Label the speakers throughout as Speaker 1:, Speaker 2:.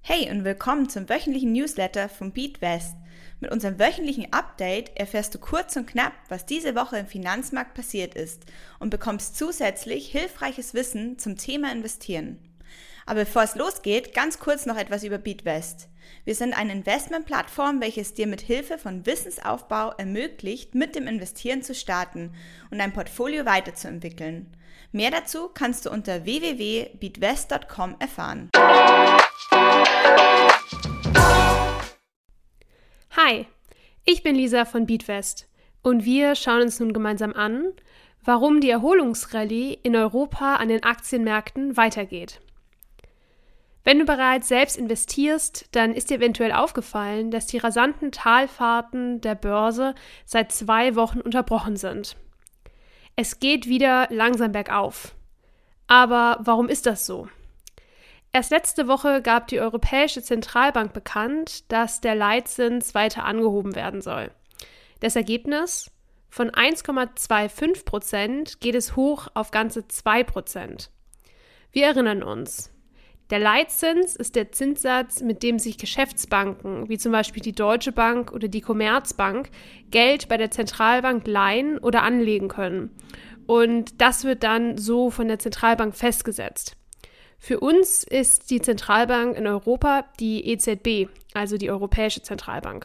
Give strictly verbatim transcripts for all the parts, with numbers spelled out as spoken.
Speaker 1: Hey und willkommen zum wöchentlichen Newsletter von BeatWest. Mit unserem wöchentlichen Update erfährst du kurz und knapp, was diese Woche im Finanzmarkt passiert ist und bekommst zusätzlich hilfreiches Wissen zum Thema Investieren. Aber bevor es losgeht, ganz kurz noch etwas über BeatWest. Wir sind eine Investmentplattform, welches dir mit Hilfe von Wissensaufbau ermöglicht, mit dem Investieren zu starten und dein Portfolio weiterzuentwickeln. Mehr dazu kannst du unter w w w punkt beatwest punkt com erfahren.
Speaker 2: Hi, ich bin Lisa von BeatWest und wir schauen uns nun gemeinsam an, warum die Erholungsrallye in Europa an den Aktienmärkten weitergeht. Wenn du bereits selbst investierst, dann ist dir eventuell aufgefallen, dass die rasanten Talfahrten der Börse seit zwei Wochen unterbrochen sind. Es geht wieder langsam bergauf. Aber warum ist das so? Erst letzte Woche gab die Europäische Zentralbank bekannt, dass der Leitzins weiter angehoben werden soll. Das Ergebnis? Von eins Komma fünfundzwanzig Prozent geht es hoch auf ganze zwei Prozent. Wir erinnern uns. Der Leitzins ist der Zinssatz, mit dem sich Geschäftsbanken, wie zum Beispiel die Deutsche Bank oder die Commerzbank, Geld bei der Zentralbank leihen oder anlegen können. Und das wird dann so von der Zentralbank festgesetzt. Für uns ist die Zentralbank in Europa die E Z B, also die Europäische Zentralbank.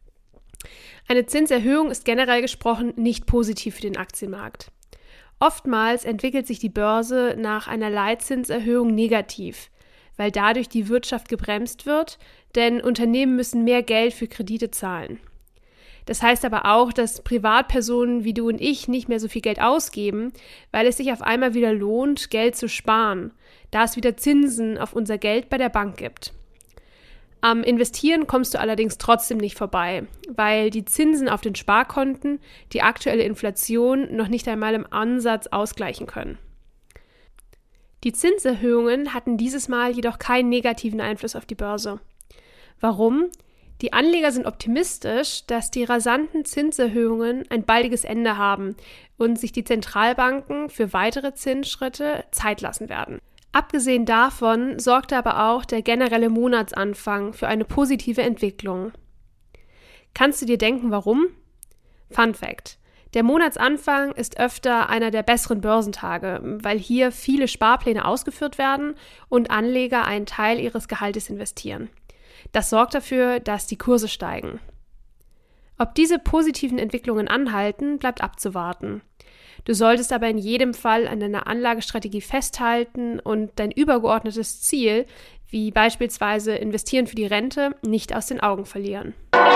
Speaker 2: Eine Zinserhöhung ist generell gesprochen nicht positiv für den Aktienmarkt. Oftmals entwickelt sich die Börse nach einer Leitzinserhöhung negativ, weil dadurch die Wirtschaft gebremst wird, denn Unternehmen müssen mehr Geld für Kredite zahlen. Das heißt aber auch, dass Privatpersonen wie du und ich nicht mehr so viel Geld ausgeben, weil es sich auf einmal wieder lohnt, Geld zu sparen, da es wieder Zinsen auf unser Geld bei der Bank gibt. Am Investieren kommst du allerdings trotzdem nicht vorbei, weil die Zinsen auf den Sparkonten die aktuelle Inflation noch nicht einmal im Ansatz ausgleichen können. Die Zinserhöhungen hatten dieses Mal jedoch keinen negativen Einfluss auf die Börse. Warum? Die Anleger sind optimistisch, dass die rasanten Zinserhöhungen ein baldiges Ende haben und sich die Zentralbanken für weitere Zinsschritte Zeit lassen werden. Abgesehen davon sorgte aber auch der generelle Monatsanfang für eine positive Entwicklung. Kannst du dir denken, warum? Fun Fact: Der Monatsanfang ist öfter einer der besseren Börsentage, weil hier viele Sparpläne ausgeführt werden und Anleger einen Teil ihres Gehaltes investieren. Das sorgt dafür, dass die Kurse steigen. Ob diese positiven Entwicklungen anhalten, bleibt abzuwarten. Du solltest aber in jedem Fall an deiner Anlagestrategie festhalten und dein übergeordnetes Ziel, wie beispielsweise Investieren für die Rente, nicht aus den Augen verlieren.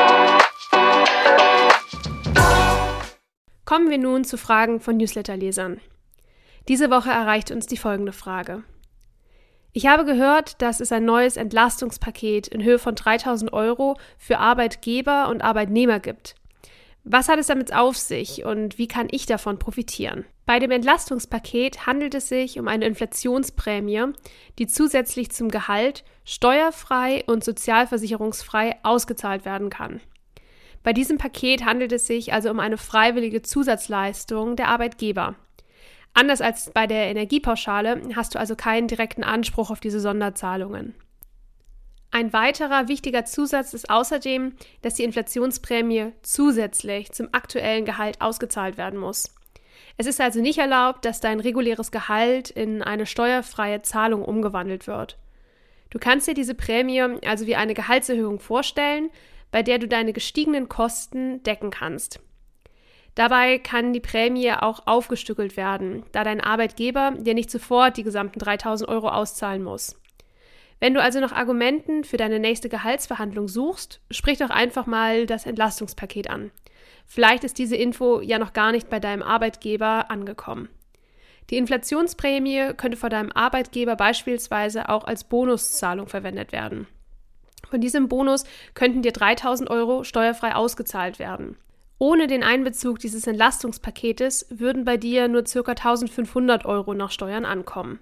Speaker 2: Kommen wir nun zu Fragen von Newsletterlesern. Diese Woche erreicht uns die folgende Frage. Ich habe gehört, dass es ein neues Entlastungspaket in Höhe von dreitausend Euro für Arbeitgeber und Arbeitnehmer gibt. Was hat es damit auf sich und wie kann ich davon profitieren? Bei dem Entlastungspaket handelt es sich um eine Inflationsprämie, die zusätzlich zum Gehalt steuerfrei und sozialversicherungsfrei ausgezahlt werden kann. Bei diesem Paket handelt es sich also um eine freiwillige Zusatzleistung der Arbeitgeber. Anders als bei der Energiepauschale hast du also keinen direkten Anspruch auf diese Sonderzahlungen. Ein weiterer wichtiger Zusatz ist außerdem, dass die Inflationsprämie zusätzlich zum aktuellen Gehalt ausgezahlt werden muss. Es ist also nicht erlaubt, dass dein reguläres Gehalt in eine steuerfreie Zahlung umgewandelt wird. Du kannst dir diese Prämie also wie eine Gehaltserhöhung vorstellen, bei der du deine gestiegenen Kosten decken kannst. Dabei kann die Prämie auch aufgestückelt werden, da dein Arbeitgeber dir nicht sofort die gesamten dreitausend Euro auszahlen muss. Wenn du also nach Argumenten für deine nächste Gehaltsverhandlung suchst, sprich doch einfach mal das Entlastungspaket an. Vielleicht ist diese Info ja noch gar nicht bei deinem Arbeitgeber angekommen. Die Inflationsprämie könnte von deinem Arbeitgeber beispielsweise auch als Bonuszahlung verwendet werden. Von diesem Bonus könnten dir dreitausend Euro steuerfrei ausgezahlt werden. Ohne den Einbezug dieses Entlastungspaketes würden bei dir nur ca. eintausendfünfhundert Euro nach Steuern ankommen.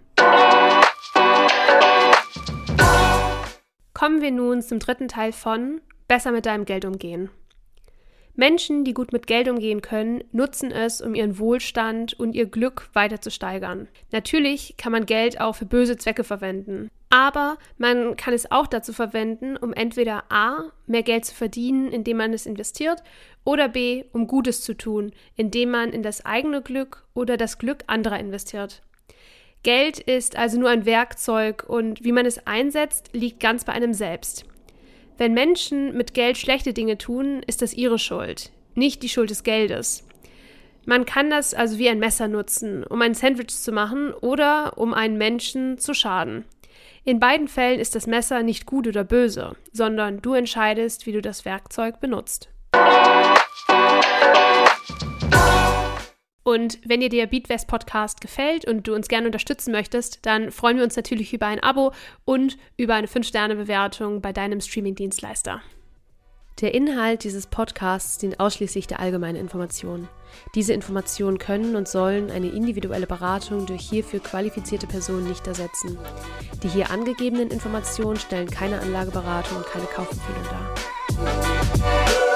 Speaker 2: Kommen wir nun zum dritten Teil von Besser mit deinem Geld umgehen. Menschen, die gut mit Geld umgehen können, nutzen es, um ihren Wohlstand und ihr Glück weiter zu steigern. Natürlich kann man Geld auch für böse Zwecke verwenden. Aber man kann es auch dazu verwenden, um entweder a. mehr Geld zu verdienen, indem man es investiert, oder b. um Gutes zu tun, indem man in das eigene Glück oder das Glück anderer investiert. Geld ist also nur ein Werkzeug und wie man es einsetzt, liegt ganz bei einem selbst. Wenn Menschen mit Geld schlechte Dinge tun, ist das ihre Schuld, nicht die Schuld des Geldes. Man kann das also wie ein Messer nutzen, um ein Sandwich zu machen oder um einen Menschen zu schaden. In beiden Fällen ist das Messer nicht gut oder böse, sondern du entscheidest, wie du das Werkzeug benutzt. Und wenn dir der BeatWest Podcast gefällt und du uns gerne unterstützen möchtest, dann freuen wir uns natürlich über ein Abo und über eine fünf Sterne Bewertung bei deinem Streaming-Dienstleister. Der Inhalt dieses Podcasts dient ausschließlich der allgemeinen Information. Diese Informationen können und sollen eine individuelle Beratung durch hierfür qualifizierte Personen nicht ersetzen. Die hier angegebenen Informationen stellen keine Anlageberatung und keine Kaufempfehlung dar.